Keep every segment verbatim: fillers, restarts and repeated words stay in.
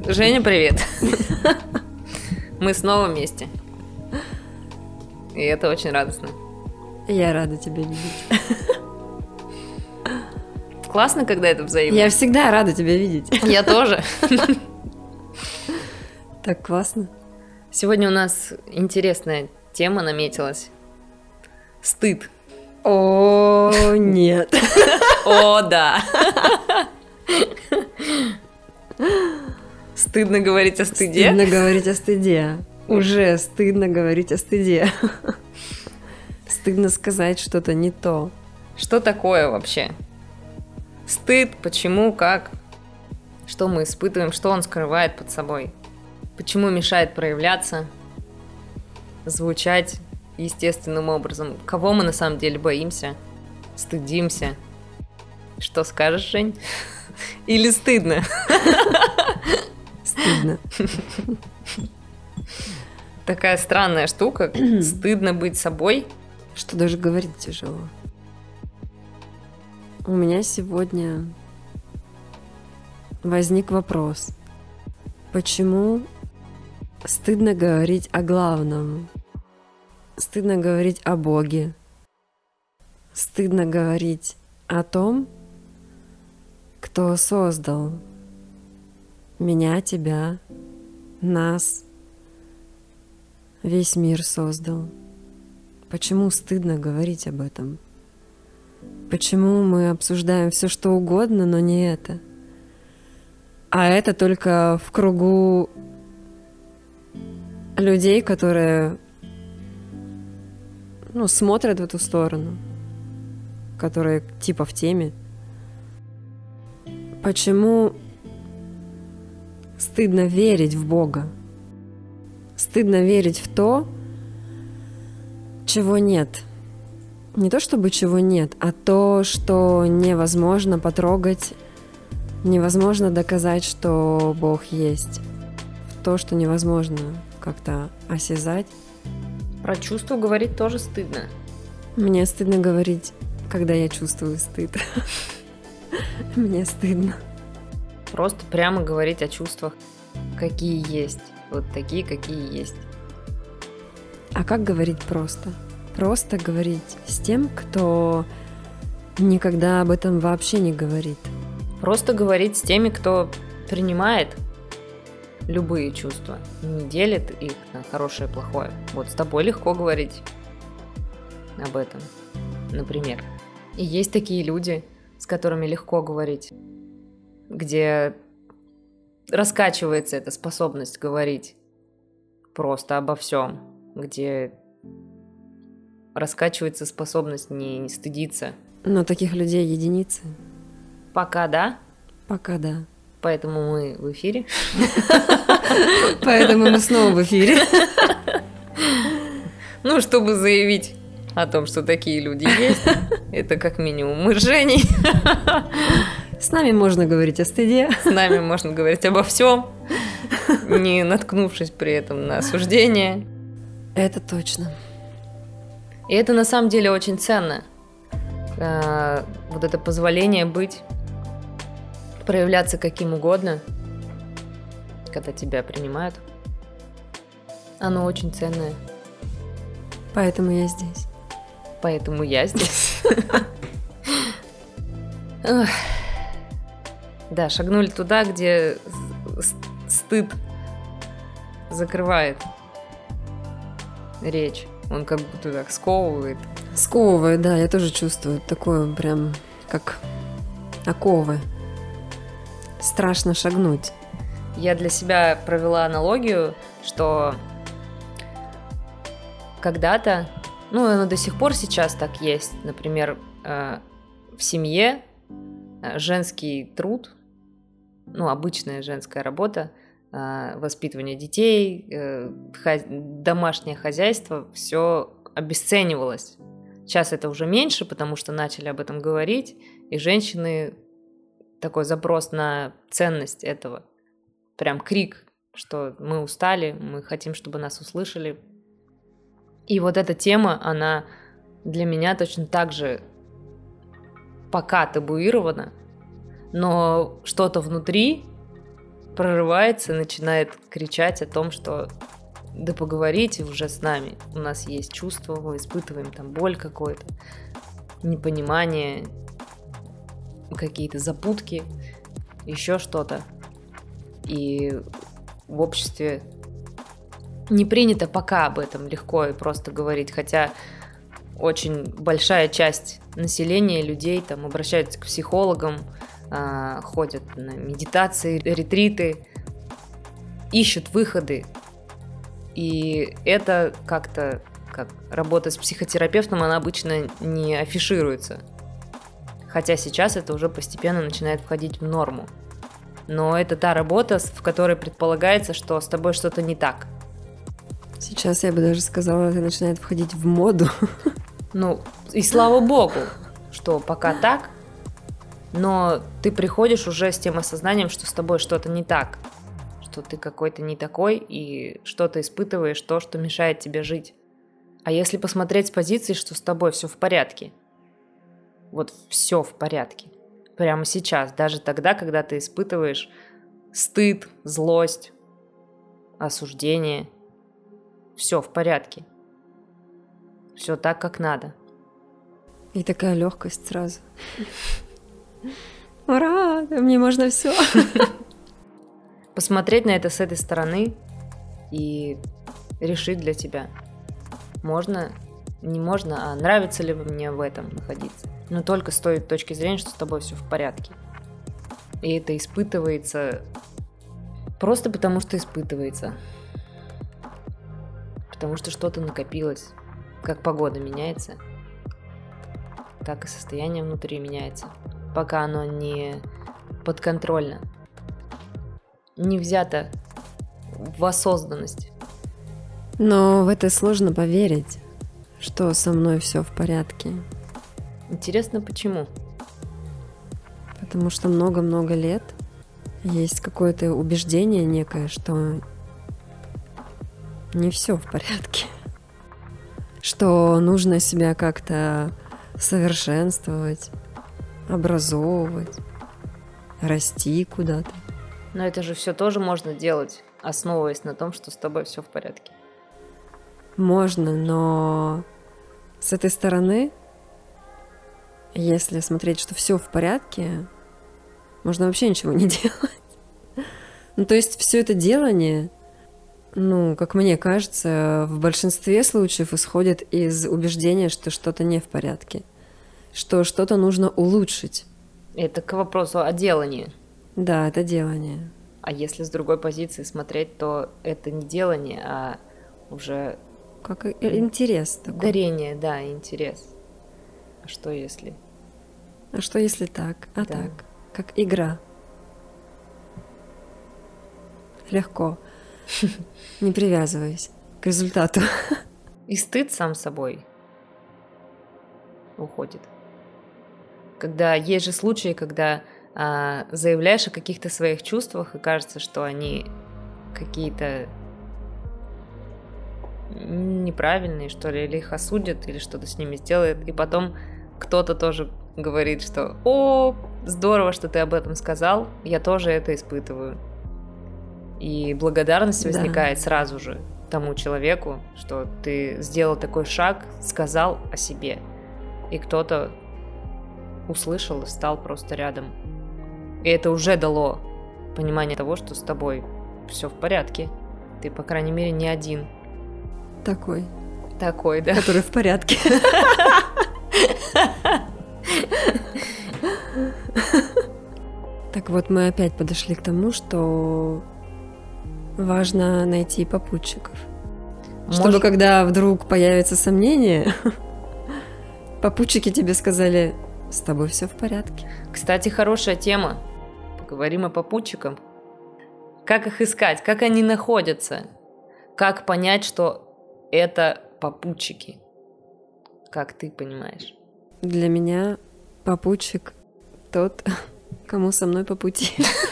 Женя, привет. Мы снова вместе. И это очень радостно. Я рада тебя видеть. Классно, когда это взаимно. Я всегда рада тебя видеть. Я тоже. Так классно. Сегодня у нас интересная тема наметилась. Стыд. О, нет. О, да. Стыдно говорить о стыде? Стыдно говорить о стыде. Уже стыдно говорить о стыде. Стыдно сказать что-то не то. Что такое вообще? Стыд, почему, как? Что мы испытываем, что он скрывает под собой? Почему мешает проявляться, звучать естественным образом? Кого мы на самом деле боимся, стыдимся? Что скажешь, Жень? Или стыдно? Стыдно. Такая странная штука. Стыдно быть собой. Что даже говорить тяжело. У меня сегодня возник вопрос. Почему стыдно говорить о главном? Стыдно говорить о Боге. Стыдно говорить о том, кто создал меня, тебя, нас, весь мир создал. Почему стыдно говорить об этом? Почему мы обсуждаем все, что угодно, но не это? А это только в кругу людей, которые ну, смотрят в эту сторону, которые типа в теме. Почему стыдно верить в Бога? Стыдно верить в то, чего нет. Не то чтобы чего нет, а то, что невозможно потрогать, невозможно доказать, что Бог есть. То, что невозможно как-то осязать. Про чувства говорить тоже стыдно. Мне стыдно говорить, когда я чувствую стыд. Мне стыдно. Просто прямо говорить о чувствах, какие есть. Вот такие, какие есть. А как говорить просто? Просто говорить с тем, кто никогда об этом вообще не говорит. Просто говорить с теми, кто принимает любые чувства, не делит их на хорошее и плохое. Вот с тобой легко говорить об этом, например. И есть такие люди, с которыми легко говорить, где раскачивается эта способность говорить просто обо всем, где раскачивается способность не, не стыдиться. Но таких людей единицы. Пока да. Пока да. Поэтому мы в эфире. Поэтому мы снова в эфире. Ну, чтобы заявить о том, что такие люди есть. Это как минимум мы с Женей. С нами можно говорить о стыде. С нами можно говорить обо всем, не наткнувшись при этом на осуждение. Это точно. И это на самом деле очень ценно. Вот это позволение быть, проявляться каким угодно, когда тебя принимают, оно очень ценное. Поэтому я здесь. Поэтому я здесь. Да, шагнули туда, где стыд закрывает речь. Он как будто так сковывает. Сковывает, да, я тоже чувствую. Такое прям, как оковы. Страшно шагнуть. Я для себя провела аналогию, что когда-то, ну, оно до сих пор сейчас так есть, например, в семье женский труд, ну, обычная женская работа, воспитывание детей, домашнее хозяйство, все обесценивалось. Сейчас это уже меньше, потому что начали об этом говорить, и женщины такой запрос на ценность этого. Прям крик, что мы устали, мы хотим, чтобы нас услышали. И вот эта тема, она для меня точно так же пока табуирована, но что-то внутри прорывается, начинает кричать о том, что да поговорите уже с нами, у нас есть чувства, мы испытываем там боль какую-то, непонимание, какие-то запутки, еще что-то. И в обществе не принято пока об этом легко и просто говорить, хотя очень большая часть населения, людей там обращаются к психологам, ходят на медитации, ретриты, ищут выходы. И это как-то, как работа с психотерапевтом, она обычно не афишируется. Хотя сейчас это уже постепенно начинает входить в норму. Но это та работа, в которой предполагается, что с тобой что-то не так. Сейчас я бы даже сказала, это начинает входить в моду. Ну, и слава богу, что пока так, но ты приходишь уже с тем осознанием, что с тобой что-то не так, что ты какой-то не такой и что-то испытываешь, то, что мешает тебе жить. А если посмотреть с позиции, что с тобой все в порядке, вот все в порядке, прямо сейчас, даже тогда, когда ты испытываешь стыд, злость, осуждение, все в порядке. Все так, как надо. И такая легкость сразу. Ура! Мне можно все. Посмотреть на это с этой стороны и решить для тебя, можно, не можно, а нравится ли мне в этом находиться. Но только с той точки зрения, что с тобой все в порядке. И это испытывается просто потому, что испытывается. Потому что что-то накопилось. Как погода меняется, так и состояние внутри меняется. Пока оно не подконтрольно, не взято в осознанность. Но в это сложно поверить, что со мной все в порядке. Интересно, почему? Потому что много-много лет есть какое-то убеждение некое, что не все в порядке. Что нужно себя как-то совершенствовать, образовывать, расти куда-то. Но это же все тоже можно делать, основываясь на том, что с тобой все в порядке. Можно, но с этой стороны, если смотреть, что все в порядке, можно вообще ничего не делать. Ну, то есть все это делание, ну, как мне кажется, в большинстве случаев исходит из убеждения, что что-то не в порядке, что что-то нужно улучшить. Это к вопросу о делании. Да, это делание. А если с другой позиции смотреть, то это не делание, а уже... Как интерес такой. Дарение, да, интерес. А что если? А что если так? А да. так? Как игра. Легко. Не привязываясь к результату. И стыд сам собой уходит. Когда есть же случаи, когда а, заявляешь о каких-то своих чувствах, и кажется, что они какие-то неправильные, что ли, или их осудят, или что-то с ними сделает, и потом кто-то тоже говорит, что «О, здорово, что ты об этом сказал, я тоже это испытываю». И благодарность возникает да. сразу же тому человеку, что ты сделал такой шаг, сказал о себе, и кто-то услышал и встал просто рядом. И это уже дало понимание того, что с тобой все в порядке. Ты, по крайней мере, не один. Такой. Такой, да. Который в порядке. Так вот, мы опять подошли к тому, что важно найти попутчиков. Может... Чтобы когда вдруг появятся сомнения, попутчики тебе сказали: с тобой все в порядке. Кстати, хорошая тема. Поговорим о попутчиках. Как их искать? Как они находятся? Как понять, что это попутчики? Как ты понимаешь? Для меня попутчик тот, кому со мной по пути.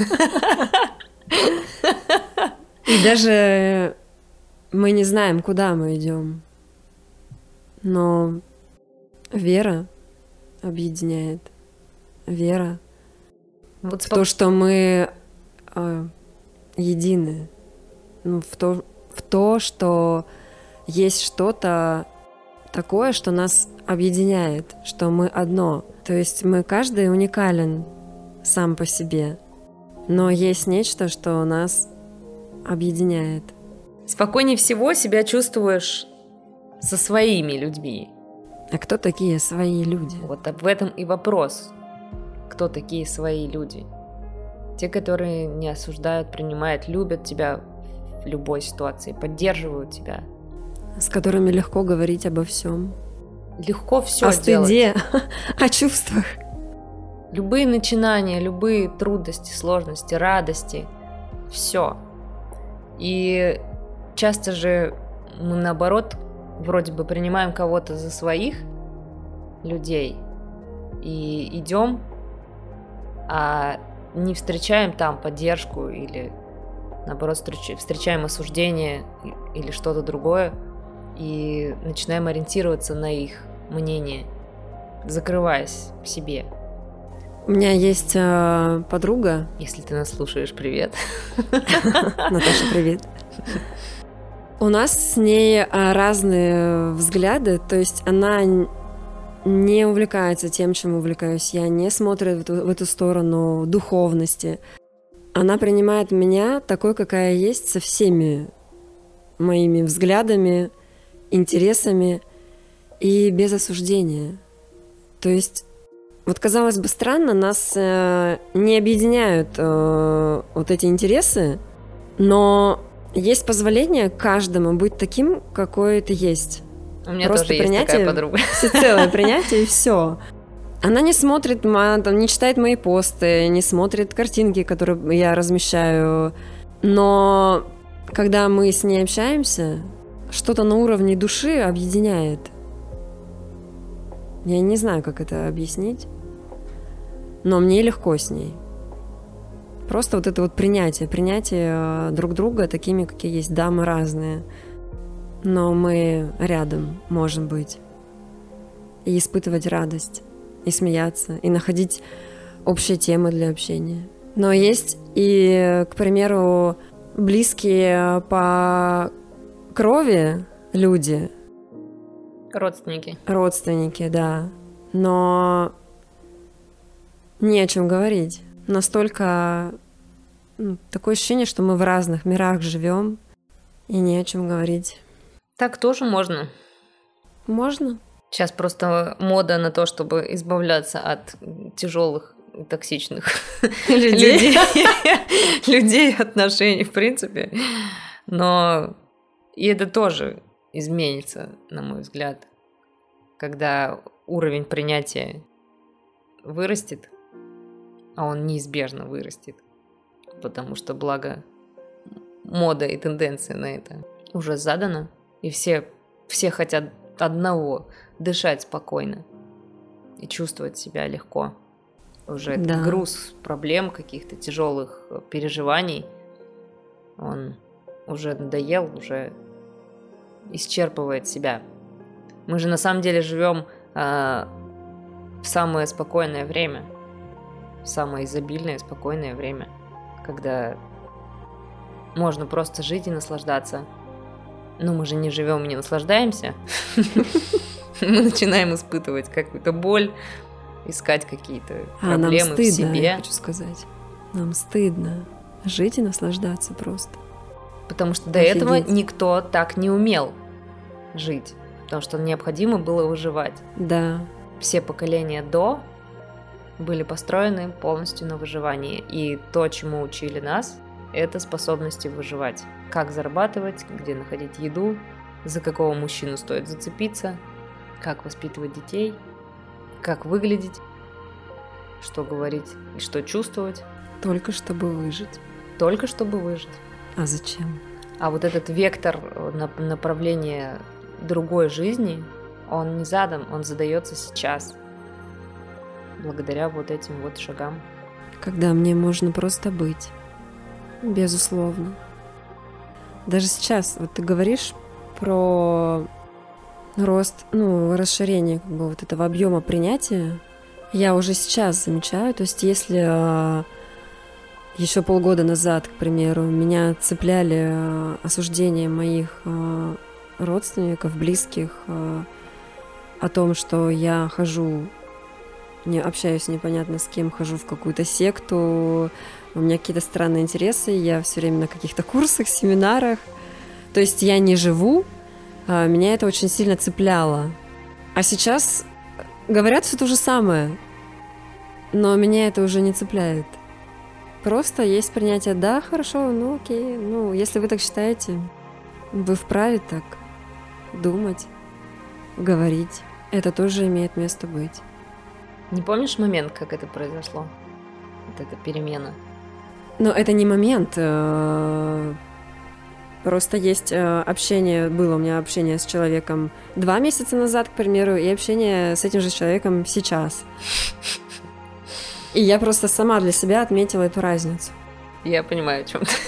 И даже мы не знаем, куда мы идем, но вера объединяет. Вера вот в то, что мы э, едины. Ну, в то, в то, что есть что-то такое, что нас объединяет, что мы одно. То есть мы каждый уникален сам по себе, но есть нечто, что нас объединяет. Спокойнее всего себя чувствуешь со своими людьми. А кто такие свои люди? Вот в этом и вопрос. Кто такие свои люди? Те, которые не осуждают, принимают, любят тебя в любой ситуации, поддерживают тебя. С которыми легко говорить обо всем. Легко все о делать. стыде, о чувствах. Любые начинания, любые трудности, сложности, радости. Все. И часто же мы наоборот вроде бы принимаем кого-то за своих людей и идем, а не встречаем там поддержку или наоборот встречаем осуждение или что-то другое и начинаем ориентироваться на их мнение, закрываясь в себе. У меня есть э, подруга. Если ты нас слушаешь, привет. Наташа, привет. У нас с ней разные взгляды, то есть она не увлекается тем, чем увлекаюсь я, не смотрит в эту, в эту сторону духовности. Она принимает меня такой, какая я есть, со всеми моими взглядами, интересами и без осуждения. То есть, вот казалось бы странно, нас э, не объединяют э, вот эти интересы, но есть позволение каждому быть таким, какой ты есть. У меня Просто тоже есть такая подруга. Всецелое принятие, и все. Она не смотрит, там, не читает мои посты, не смотрит картинки, которые я размещаю. Но когда мы с ней общаемся, что-то на уровне души объединяет. Я не знаю, как это объяснить, но мне легко с ней. Просто вот это вот принятие, принятие друг друга такими, какие есть. Да, мы разные, но мы рядом можем быть и испытывать радость, и смеяться, и находить общие темы для общения. Но есть и, к примеру, близкие по крови люди. Родственники. Родственники, да. Но не о чем говорить. Настолько ну, такое ощущение, что мы в разных мирах живем, и не о чем говорить. Так тоже можно. Можно. Сейчас просто мода на то, чтобы избавляться от тяжелых и токсичных людей, людей, отношений, в принципе. Но и это тоже изменится, на мой взгляд, когда уровень принятия вырастет, а он неизбежно вырастет, потому что благо мода и тенденция на это уже задана, и все, все хотят одного — дышать спокойно и чувствовать себя легко. Уже этот да. груз проблем, каких-то тяжелых переживаний, он уже надоел, уже исчерпывает себя. Мы же на самом деле живем э, в самое спокойное время, в самое изобильное, спокойное время, когда можно просто жить и наслаждаться. Но мы же не живем и не наслаждаемся. Мы начинаем испытывать какую-то боль, искать какие-то проблемы в себе. Я хочу сказать. Нам стыдно жить и наслаждаться просто. Потому что до этого никто так не умел жить. Потому что необходимо было выживать. Да. Все поколения до были построены полностью на выживании. И то, чему учили нас, это способности выживать. Как зарабатывать, где находить еду, за какого мужчину стоит зацепиться, как воспитывать детей, как выглядеть, что говорить и что чувствовать. Только чтобы выжить. Только чтобы выжить. А зачем? А вот этот вектор направления другой жизни, он не задан, он задается сейчас. Благодаря вот этим вот шагам. Когда мне можно просто быть. Безусловно. Даже сейчас, вот ты говоришь про рост, ну, расширение как бы вот этого объема принятия. Я уже сейчас замечаю, то есть если еще полгода назад, к примеру, меня цепляли э, осуждения моих э, родственников, близких э, о том, что я хожу, не общаюсь непонятно с кем, хожу в какую-то секту, у меня какие-то странные интересы, я все время на каких-то курсах, семинарах. То есть я не живу, э, меня это очень сильно цепляло. А сейчас говорят все то же самое, но меня это уже не цепляет. Просто есть принятие, да, хорошо, ну окей, ну, если вы так считаете, вы вправе так думать, говорить. Это тоже имеет место быть. Не помнишь момент, как это произошло? Вот эта перемена? Но это не момент. Просто есть общение, было у меня общение с человеком два месяца назад, к примеру, и общение с этим же человеком сейчас. И я просто сама для себя отметила эту разницу. Я понимаю, о чем ты.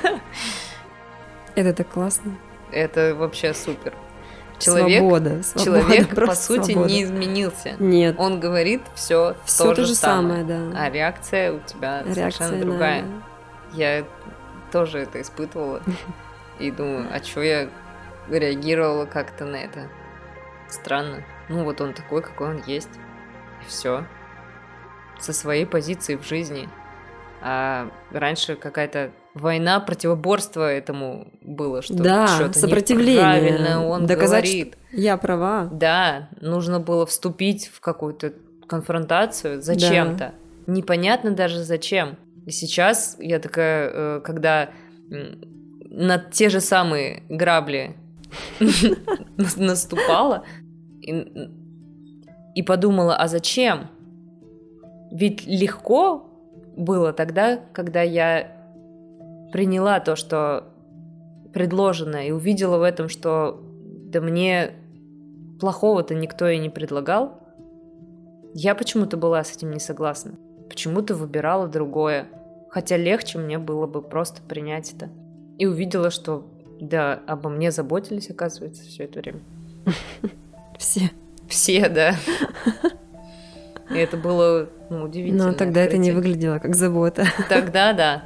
Это так классно. Это вообще супер. Человек, свобода, свобода, человек по сути, свобода. не изменился. Нет. Он говорит все, все то, то же же самое, самое, да. А реакция у тебя Реакция совершенно другая. На... Я тоже это испытывала. И думаю, а чё я реагировала как-то на это? Странно. Ну вот он такой, какой он есть. И все. Со своей позиции в жизни. А раньше какая-то война, противоборство этому было, что да, что-то сопротивление. неправильно он доказать, говорит. Что я права. Да, нужно было вступить в какую-то конфронтацию зачем-то. Да. Непонятно даже зачем. И сейчас я такая, когда на те же самые грабли наступала и подумала, а зачем? Ведь легко было тогда, когда я приняла то, что предложено, и увидела в этом, что да мне плохого-то никто и не предлагал. Я почему-то была с этим не согласна. Почему-то выбирала другое. Хотя легче мне было бы просто принять это. И увидела, что да, обо мне заботились, оказывается, все это время. Все. Все, да. И это было ну, удивительно. Но тогда открытие. Это не выглядело как забота. Тогда да.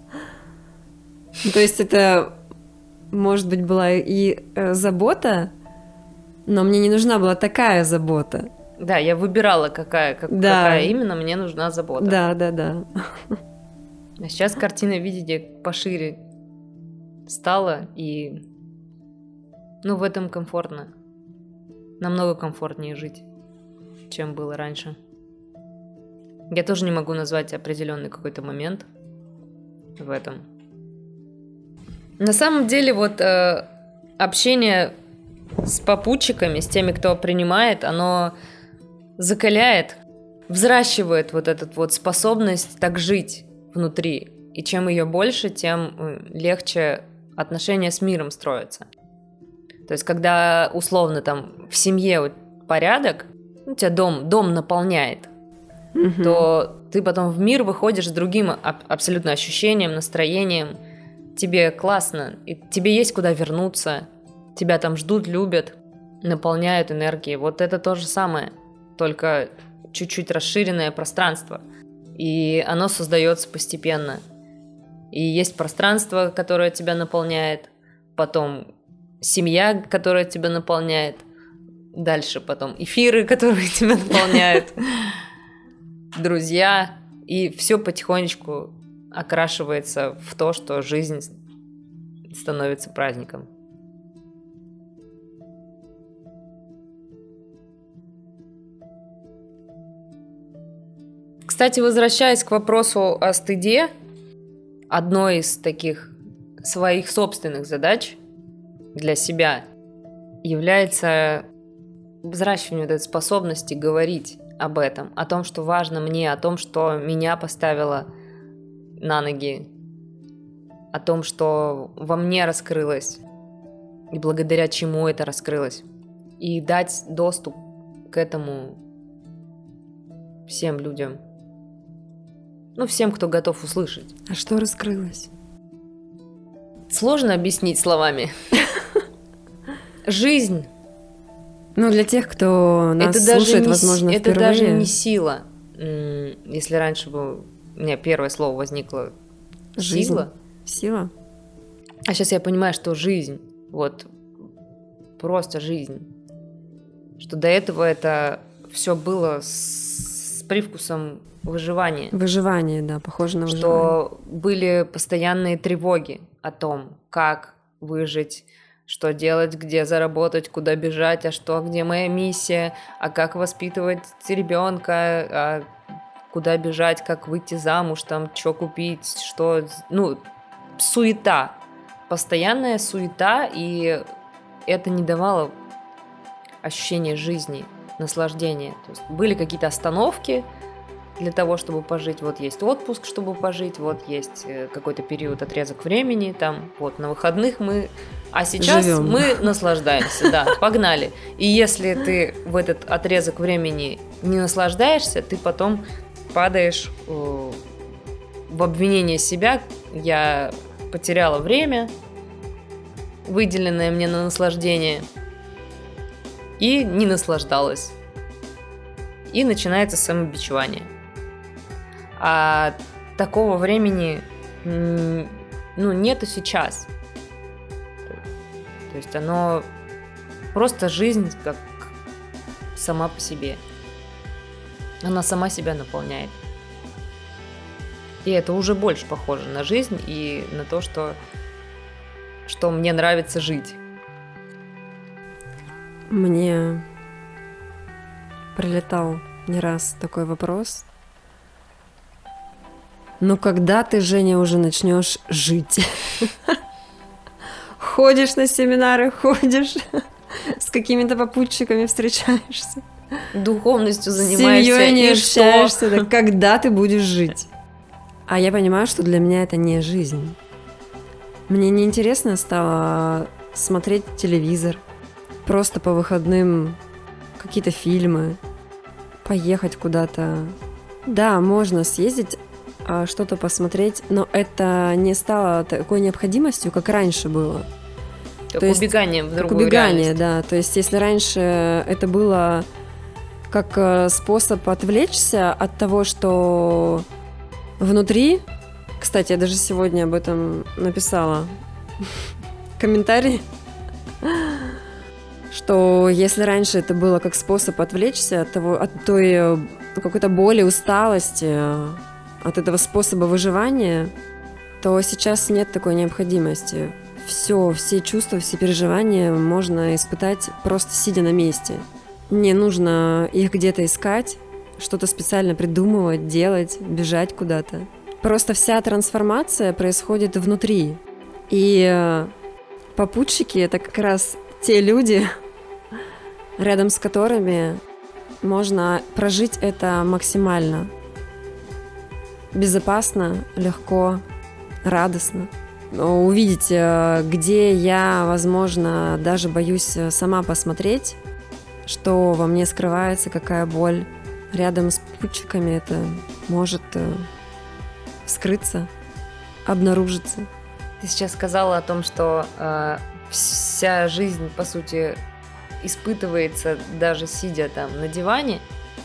То есть это, может быть, была и забота, но мне не нужна была такая забота. Да, я выбирала, какая, как, да. какая именно мне нужна забота. Да, да, да. А сейчас картина видения пошире стала, и ну, в этом комфортно. Намного комфортнее жить, чем было раньше. Я тоже не могу назвать определенный какой-то момент в этом. На самом деле, вот э, общение с попутчиками, с теми, кто принимает, оно закаляет, взращивает вот эту вот способность так жить внутри. И чем ее больше, тем легче отношения с миром строятся. То есть, когда условно там в семье вот порядок, у тебя дом, дом наполняет, mm-hmm. то ты потом в мир выходишь с другим аб- абсолютно ощущением, настроением. Тебе классно, и тебе есть куда вернуться, тебя там ждут, любят, наполняют энергией. Вот это то же самое, только чуть-чуть расширенное пространство. И оно создается постепенно. И есть пространство, которое тебя наполняет, потом семья, которая тебя наполняет, дальше потом эфиры, которые тебя наполняют, друзья, и все потихонечку окрашивается в то, что жизнь становится праздником. Кстати, возвращаясь к вопросу о стыде, одной из таких своих собственных задач для себя является взращивание вот этой способности говорить об этом, о том, что важно мне, о том, что меня поставило на ноги, о том, что во мне раскрылось и благодаря чему это раскрылось, и дать доступ к этому всем людям, ну, всем, кто готов услышать. А что раскрылось? Сложно объяснить словами. Жизнь. Ну, для тех, кто нас это слушает, не, возможно, это впервые. Это даже не сила. Если раньше бы у меня первое слово возникло Жизнь. Сила? Сила. А сейчас я понимаю, что жизнь, вот просто жизнь. Что до этого это все было с, с привкусом выживания. Выживание, да, похоже на выживание. Что были постоянные тревоги о том, как выжить, что делать, где заработать, куда бежать, а что, где моя миссия, а как воспитывать ребенка, а куда бежать, как выйти замуж, там, что купить, что... Ну, суета. Постоянная суета, и это не давало ощущения жизни, наслаждения. То есть были какие-то остановки для того, чтобы пожить. Вот есть отпуск, чтобы пожить, вот есть какой-то период, отрезок времени, там, вот на выходных мы... А сейчас Живем. Мы наслаждаемся, да, погнали. И если ты в этот отрезок времени не наслаждаешься, ты потом падаешь э, в обвинение себя. Я потеряла время, выделенное мне на наслаждение, и не наслаждалась. И начинается самобичевание. А такого времени ну, нету сейчас. То есть оно просто жизнь как сама по себе. Она сама себя наполняет. И это уже больше похоже на жизнь и на то, что, что мне нравится жить. Мне прилетал не раз такой вопрос. Ну когда ты, Женя, уже начнешь жить? Ходишь на семинары, ходишь, с какими-то попутчиками встречаешься. Духовностью занимаешься. С семьей не и общаешься. что? Так когда ты будешь жить? А я понимаю, что для меня это не жизнь. Мне неинтересно стало смотреть телевизор, просто по выходным какие-то фильмы, поехать куда-то. Да, можно съездить, что-то посмотреть, но это не стало такой необходимостью, как раньше было. Как то убегание есть, в другую как убегание, реальность. да. То есть, если раньше это было как способ отвлечься от того, что внутри... Кстати, я даже сегодня об этом написала комментарий, что если раньше это было как способ отвлечься от того, от той какой-то боли, усталости, от этого способа выживания, то сейчас нет такой необходимости. Все, все чувства, все переживания можно испытать просто сидя на месте. Не нужно их где-то искать, что-то специально придумывать, делать, бежать куда-то. Просто вся трансформация происходит внутри. И попутчики — это как раз те люди, рядом с которыми можно прожить это максимально безопасно, легко, радостно. Увидеть, где я, возможно, даже боюсь сама посмотреть, что во мне скрывается, какая боль. Рядом с попутчиками это может вскрыться, обнаружиться. Ты сейчас сказала о том, что э, вся жизнь, по сути, испытывается даже сидя там на диване,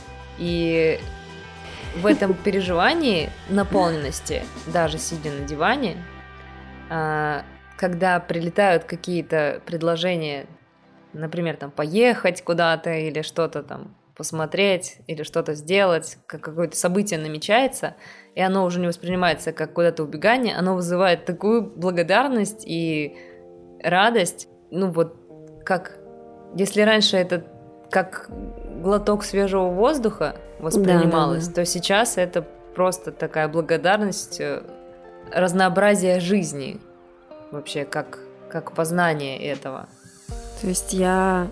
и в этом переживании наполненности, даже сидя на диване, э, когда прилетают какие-то предложения, например, там поехать куда-то или что-то там посмотреть или что-то сделать, как какое-то событие намечается, и оно уже не воспринимается как куда-то убегание, оно вызывает такую благодарность и радость, ну вот как, если раньше это как глоток свежего воздуха воспринималось, да, да, да. то сейчас это просто такая благодарность, разнообразие жизни, вообще как, как познание этого. То есть я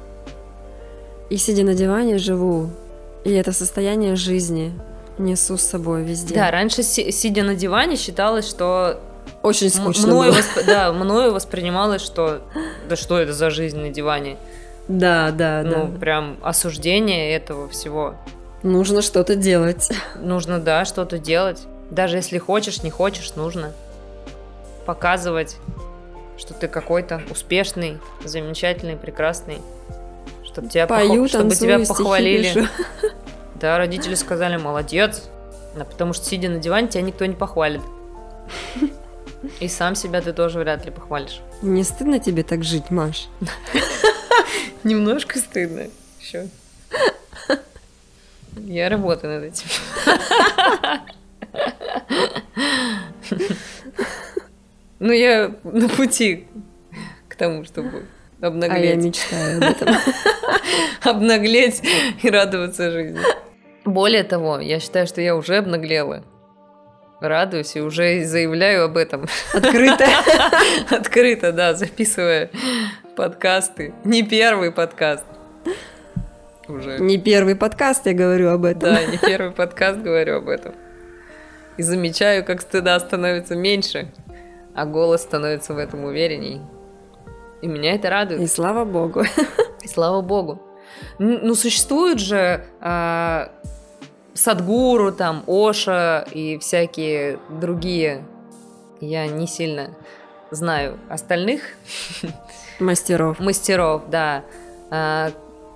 и сидя на диване живу, и это состояние жизни несу с собой везде. Да, раньше, сидя на диване, считалось, что... Очень скучно мною было. Восп... Да, мною воспринималось, что... Да что это за жизнь на диване? Да, да, ну, да. Ну, прям осуждение этого всего. Нужно что-то делать. Нужно, да, что-то делать. Даже если хочешь, не хочешь, нужно показывать, что ты какой-то успешный, замечательный, прекрасный. Чтобы тебя, Пою, пох... чтобы танцую, тебя похвалили. пишу. Да, родители сказали, молодец. Да, потому что, сидя на диване, тебя никто не похвалит. И сам себя ты тоже вряд ли похвалишь. Не стыдно тебе так жить, Маш? Немножко стыдно еще. Я работаю над этим. Ну, я на пути к тому, чтобы обнаглеть. А я мечтаю об этом. Обнаглеть и радоваться жизни. Более того, я считаю, что я уже обнаглела. Радуюсь и уже заявляю об этом. Открыто. Открыто, да, записывая подкасты. Не первый подкаст. Уже. Не первый подкаст, я говорю об этом. Да, не первый подкаст говорю об этом. И замечаю, как стыда становится меньше, а голос становится в этом уверенней. И меня это радует. И слава богу. И слава богу. Ну, существуют же э, Садгуру, там, Оша и всякие другие. Я не сильно знаю остальных. Мастеров. Мастеров, да. Э,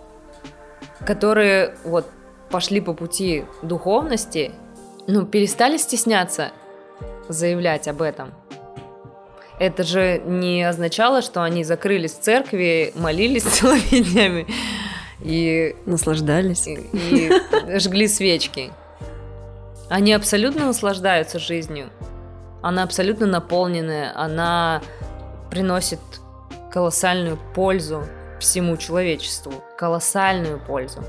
которые вот пошли по пути духовности, ну, перестали стесняться заявлять об этом. Это же не означало, что они закрылись в церкви, молились целыми днями и наслаждались и, и жгли свечки. Они абсолютно наслаждаются жизнью. Она абсолютно наполненная, она приносит колоссальную пользу всему человечеству, колоссальную пользу.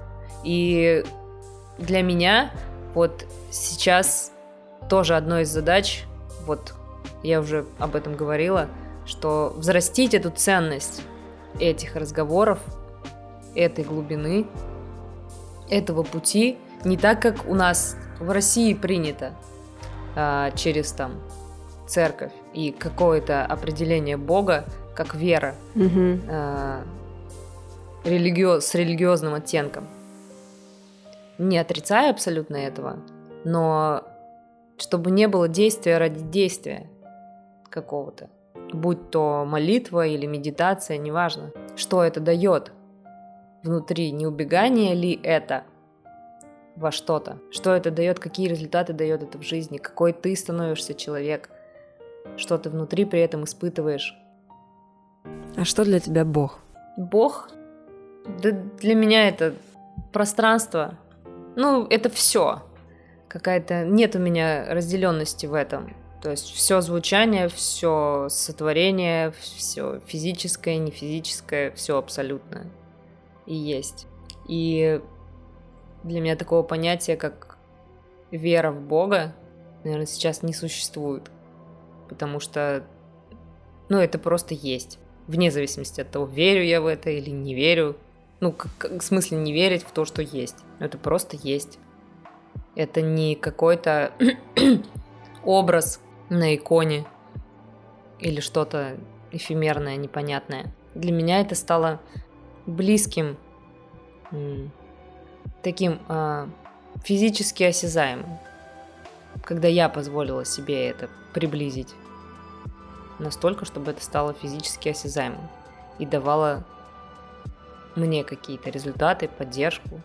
И для меня вот сейчас тоже одной из задач, вот я уже об этом говорила, что взрастить эту ценность этих разговоров, этой глубины, этого пути, не так, как у нас в России принято, а, через там церковь и какое-то определение Бога, как вера, угу. а, религио- с религиозным оттенком. Не отрицаю абсолютно этого, но чтобы не было действия ради действия какого-то, будь то молитва или медитация, неважно, что это дает внутри, не убегание ли это во что-то, что это дает, какие результаты дает это в жизни, какой ты становишься человек, что ты внутри при этом испытываешь. А что для тебя Бог? Бог? Да для меня это пространство. Ну, это все. Какая-то нет у меня разделенности в этом. То есть все звучание, все сотворение, все физическое, не физическое, все абсолютно и есть. И для меня такого понятия, как вера в Бога, наверное, сейчас не существует. Потому что, ну, это просто есть. Вне зависимости от того, верю я в это или не верю. Ну, как, в смысле не верить в то, что есть. Это просто есть. Это не какой-то образ на иконе или что-то эфемерное, непонятное. Для меня это стало близким, таким э, физически осязаемым, когда я позволила себе это приблизить настолько, чтобы это стало физически осязаемым и давало мне какие-то результаты, поддержку.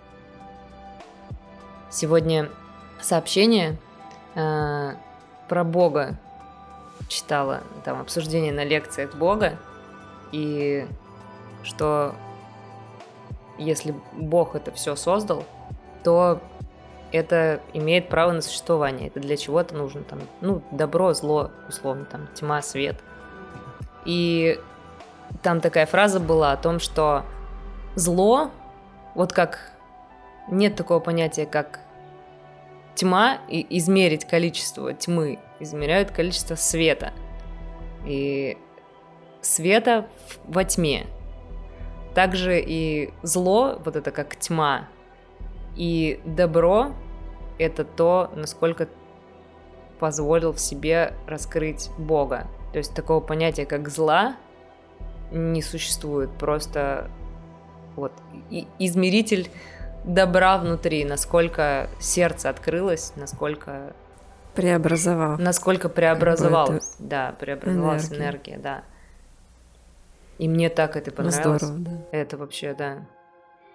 Сегодня сообщение э, про Бога читала, там обсуждение на лекциях Бога, и что если Бог это все создал, то это имеет право на существование. Это для чего-то нужно там, ну, добро, зло, условно, там, тьма, свет. И там такая фраза была о том, что зло, вот как нет такого понятия, как тьма, и измерить количество тьмы, измеряют количество света. И света во тьме. Также и зло, вот это как тьма, и добро — это то, насколько позволил в себе раскрыть Бога. То есть такого понятия, как зла, не существует. Просто вот и измеритель добра внутри, насколько сердце открылось, насколько... Преобразовал. Насколько преобразовалась, да, преобразовалась энергия. энергия, да. И мне так это понравилось. Здорово, да. Это вообще, да.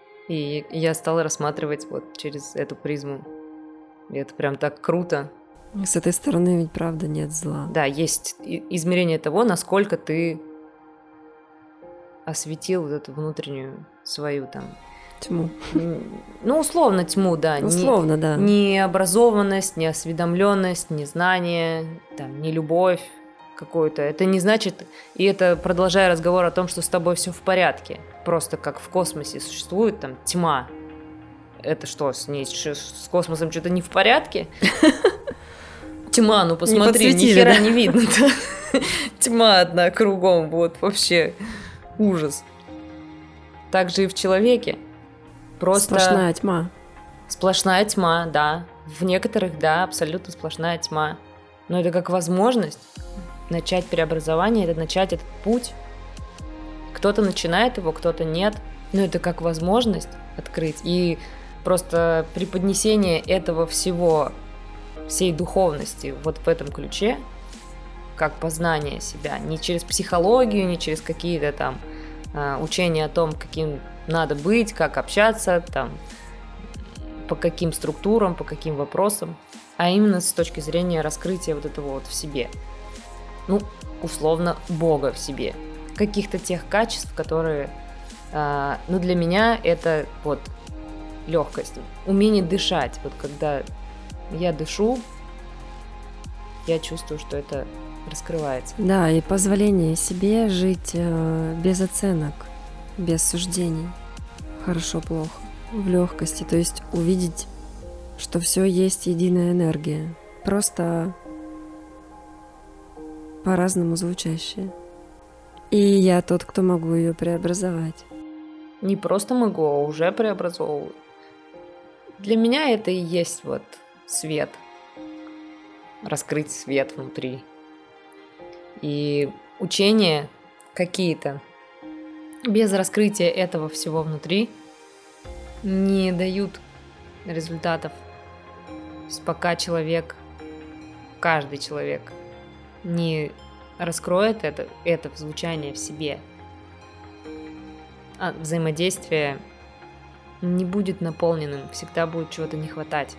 И я стала рассматривать вот через эту призму. И это прям так круто. С этой стороны ведь правда нет зла. Да, есть измерение того, насколько ты осветил вот эту внутреннюю свою там... Тьму. Ну, условно тьму, да. Условно, не, да. Необразованность, неосведомленность, незнание, там, нелюбовь какую-то. Это не значит... И это продолжая разговор о том, что с тобой все в порядке. Просто как в космосе существует там тьма. Это что, с ней с космосом что-то не в порядке? Тьма, ну посмотри, ни хера не видно. Тьма одна кругом, вот вообще ужас. Так же и в человеке. Просто сплошная тьма. Сплошная тьма, да. В некоторых, да, абсолютно сплошная тьма. Но это как возможность начать преобразование, это начать этот путь. Кто-то начинает его, кто-то нет. Но это как возможность открыть. И просто преподнесение этого всего, всей духовности вот в этом ключе, как познание себя, не через психологию, не через какие-то там учения о том, каким надо быть, как общаться, там, по каким структурам, по каким вопросам, а именно с точки зрения раскрытия вот этого вот в себе. Ну, условно, Бога в себе. Каких-то тех качеств, которые, э, ну, для меня это вот легкость, умение дышать. Вот когда я дышу, я чувствую, что это раскрывается. Да, и позволение себе жить э, без оценок, без суждений. Хорошо-плохо, в легкости. То есть увидеть, что все есть единая энергия. Просто по-разному звучащая. И я тот, кто могу ее преобразовать. Не просто могу, а уже преобразовываю. Для меня это и есть вот свет. Раскрыть свет внутри. И учения какие-то без раскрытия этого всего внутри не дают результатов. То есть пока человек, каждый человек не раскроет это, это звучание в себе, а взаимодействие не будет наполненным, всегда будет чего-то не хватать.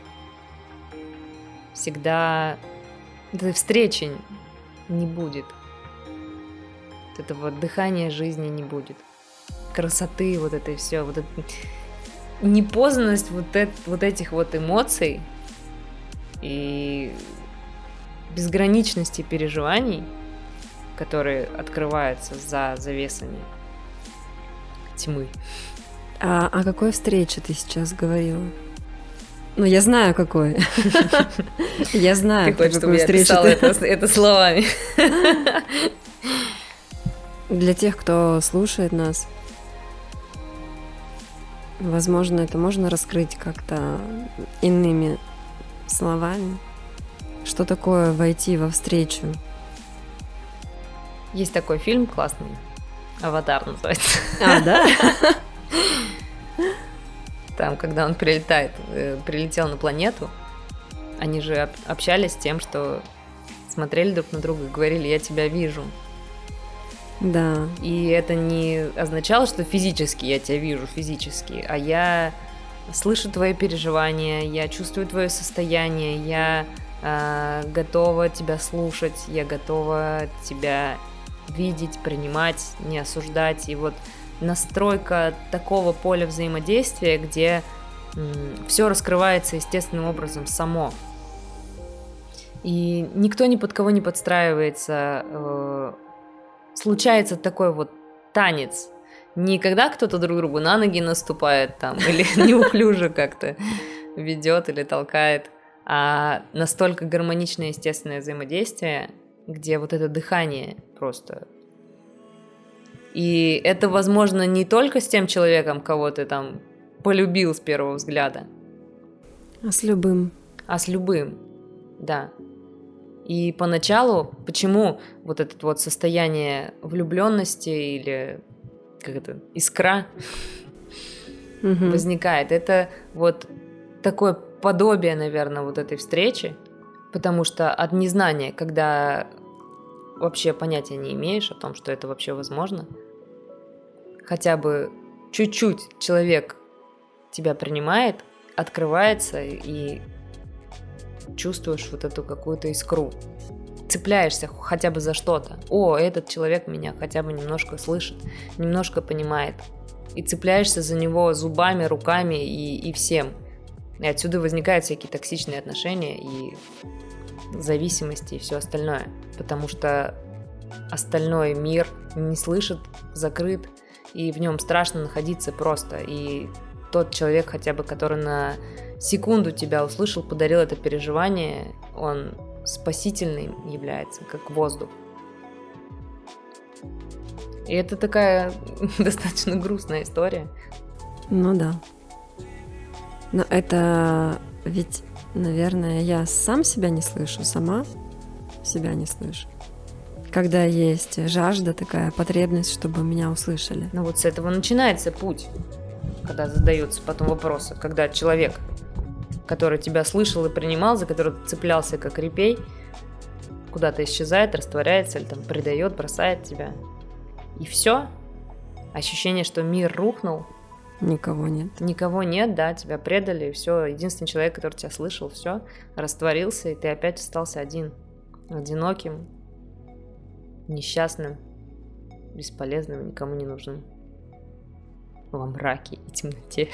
Всегда этой встречи не будет. Вот этого дыхания жизни не будет. Красоты вот этой все, вот это... непознанность вот, это, вот этих вот эмоций и безграничности переживаний, которые открываются за завесами тьмы. А о какой встрече ты сейчас говорила? Ну, я знаю, какой. Я знаю, ты хочешь, чтобы я писала это, это словами. Для тех, кто слушает нас, возможно, это можно раскрыть как-то иными словами. Что такое войти во встречу? Есть такой фильм классный, «Аватар» называется. А, да? Там, когда он прилетает, прилетел на планету, они же общались с тем, что смотрели друг на друга и говорили: «Я тебя вижу». Да. И это не означало, что физически я тебя вижу, физически, а я слышу твои переживания, я чувствую твое состояние, я э, готова тебя слушать, я готова тебя видеть, принимать, не осуждать. И вот настройка такого поля взаимодействия, где м, все раскрывается естественным образом само. И никто ни под кого не подстраивается. Э, случается такой вот танец. Не когда кто-то друг другу на ноги наступает там, или неуклюже как-то ведет или толкает, а настолько гармоничное естественное взаимодействие, где вот это дыхание просто. И это возможно не только с тем человеком, кого ты там полюбил с первого взгляда. А с любым. А с любым, да. И поначалу, почему вот это вот состояние влюбленности или как это, искра угу. возникает, это вот такое подобие, наверное, вот этой встречи, потому что от незнания, когда вообще понятия не имеешь о том, что это вообще возможно, хотя бы чуть-чуть человек тебя принимает, открывается и чувствуешь вот эту какую-то искру. Цепляешься хотя бы за что-то. О, этот человек меня хотя бы немножко слышит, немножко понимает. И цепляешься за него зубами, руками и, и всем. И отсюда возникают всякие токсичные отношения и зависимости и все остальное. Потому что остальной мир не слышит, закрыт, и в нем страшно находиться просто. И тот человек, хотя бы, который на секунду тебя услышал, подарил это переживание, он спасительным является, как воздух. И это такая достаточно грустная история. Ну да. Но это ведь, наверное, я сам себя не слышу, сама себя не слышу. Когда есть жажда, такая потребность, чтобы меня услышали. Ну вот с этого начинается путь, когда задаются потом вопросы, когда человек, который тебя слышал и принимал, за которого ты цеплялся как репей, куда-то исчезает, растворяется или там предает, бросает тебя. И все. Ощущение, что мир рухнул. Никого нет. Никого нет, да, тебя предали, и все. Единственный человек, который тебя слышал, все, растворился, и ты опять остался один, одиноким, несчастным, бесполезным, никому не нужным. Во мраке и темноте.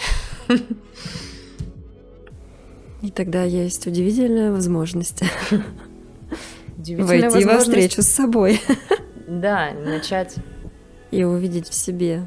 И тогда есть удивительная возможность Удивительная войти возможность... во встречу с собой. Да, начать. И увидеть в себе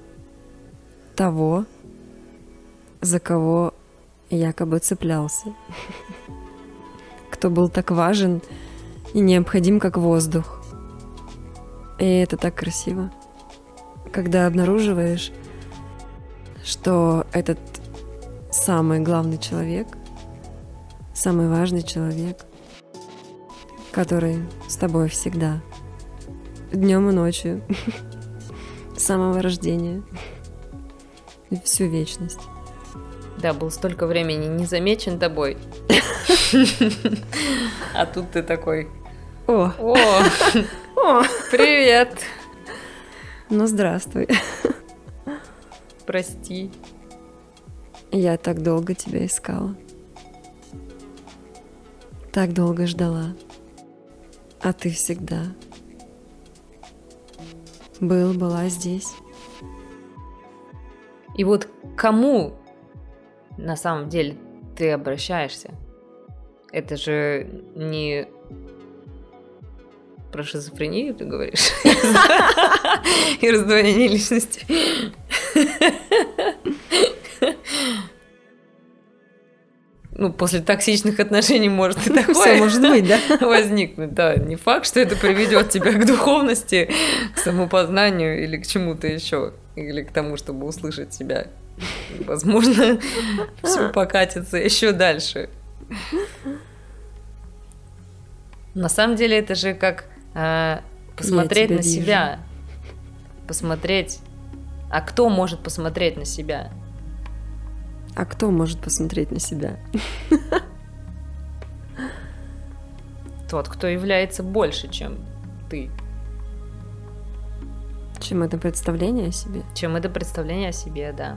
того, за кого якобы цеплялся. Кто был так важен и необходим, как воздух. И это так красиво. Когда обнаруживаешь, что этот самый главный человек, самый важный человек, который с тобой всегда, днем и ночью, с самого рождения и всю вечность. Да, был столько времени не замечен тобой. А тут ты такой: О, О, о, привет. Ну здравствуй. Прости. Я так долго тебя искала. Так долго ждала. А ты всегда был, была здесь. И вот к кому на самом деле ты обращаешься? Это же не про шизофрению ты говоришь? И раздвоение личности. Ну, после токсичных отношений может и такое Все может быть, да? возникнуть. Да, не факт, что это приведет тебя к духовности, к самопознанию или к чему-то еще, или к тому, чтобы услышать себя. Возможно, все покатится еще дальше. На самом деле это же как э, посмотреть на вижу. себя, посмотреть. А кто может посмотреть на себя? А кто может посмотреть на себя? Тот, кто является больше, чем ты. Чем это представление о себе? Чем это представление о себе, да.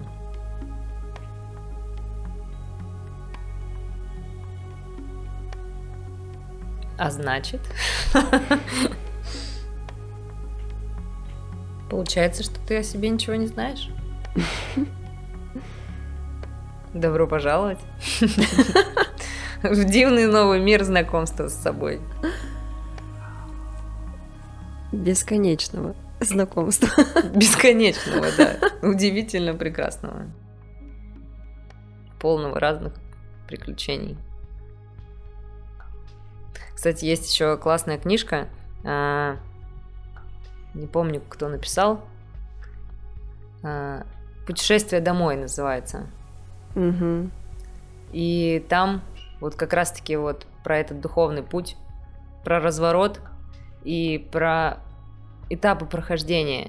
А значит, получается, что ты о себе ничего не знаешь? Добро пожаловать в дивный новый мир знакомства с собой. Бесконечного знакомства. Бесконечного, да. Удивительно прекрасного. Полного разных приключений. Кстати, есть еще классная книжка. Не помню, кто написал. «Путешествие домой» называется. Угу. И там вот как раз-таки вот про этот духовный путь, про разворот и про этапы прохождения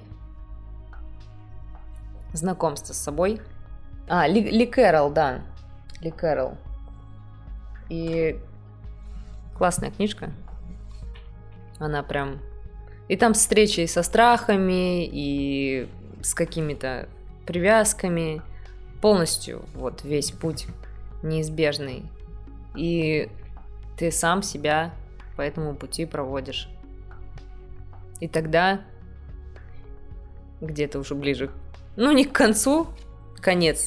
знакомства с собой. А, Ли, Ли Кэрролл, да. Ли Кэрролл. И классная книжка. Она прям... И там встречи и со страхами, и с какими-то привязками. Полностью вот весь путь неизбежный. И Ты сам себя по этому пути проводишь. И тогда где-то уже ближе, ну не к концу, конец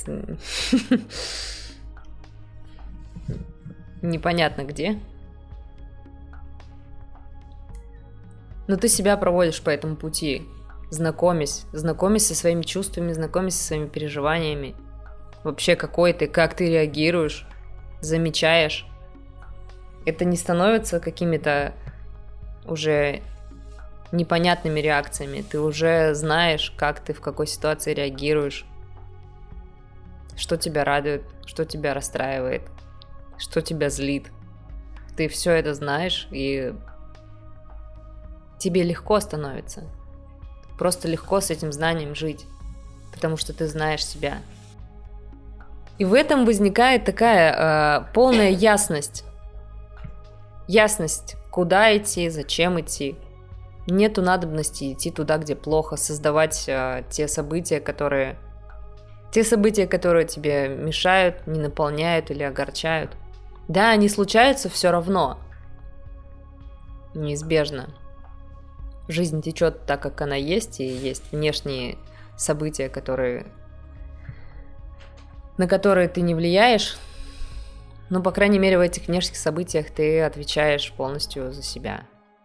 непонятно где, но ты себя проводишь по этому пути, знакомясь, знакомясь со своими чувствами, знакомясь со своими переживаниями, вообще какой ты, как ты реагируешь, замечаешь. Это не становится какими-то уже непонятными реакциями. Ты уже знаешь, как ты в какой ситуации реагируешь, что тебя радует, что тебя расстраивает, что тебя злит. Ты все это знаешь, и тебе легко становится. Просто легко с этим знанием жить, потому что ты знаешь себя. И в этом возникает такая э, полная ясность. Ясность, куда идти, зачем идти. Нету надобности идти туда, где плохо, создавать э, те события, которые... Те события, которые тебе мешают, не наполняют или огорчают. Да, они случаются все равно. Неизбежно. Жизнь течет так, как она есть, и есть внешние события, которые... на которые ты не влияешь. Но, по крайней мере, в этих внешних событиях ты отвечаешь полностью за себя.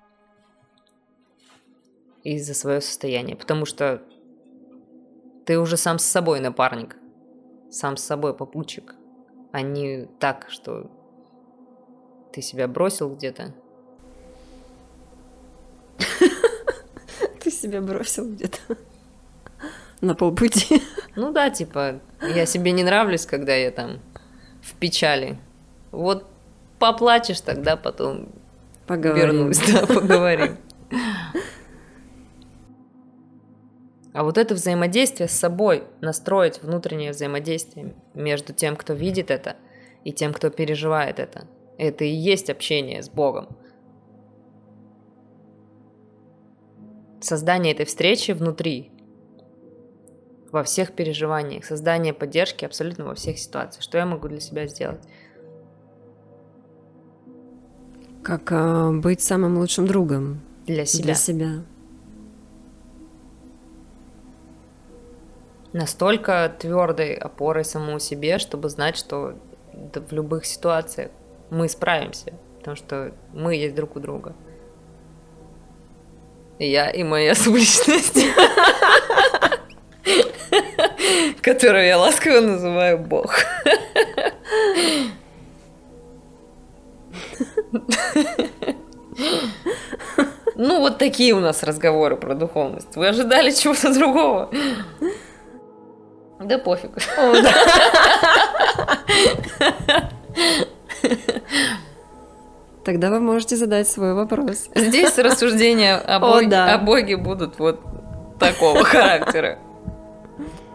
И за свое состояние. Потому что ты уже сам с собой напарник. Сам с собой попутчик. А не так, что ты себя бросил где-то. Ты себя бросил где-то на полпути. Ну да, типа, я себе не нравлюсь, когда я там в печали. Вот поплачешь, тогда потом Поговорим. вернусь, да, поговорим. А вот это взаимодействие с собой, настроить внутреннее взаимодействие между тем, кто видит это, и тем, кто переживает это, это и есть общение с Богом. Создание этой встречи внутри, во всех переживаниях, создание поддержки абсолютно во всех ситуациях. Что я могу для себя сделать? Как э, быть самым лучшим другом Для себя. Для себя. Настолько твердой опорой самому себе, чтобы знать, что в любых ситуациях мы справимся, потому что мы есть друг у друга. И я, и моя субличность, которую я ласково называю Бог. Ну, вот такие у нас разговоры про духовность. Вы ожидали чего-то другого? Да пофиг. О, да. Тогда вы можете задать свой вопрос. Здесь рассуждения о Боге, О, да. о Боге будут вот такого характера.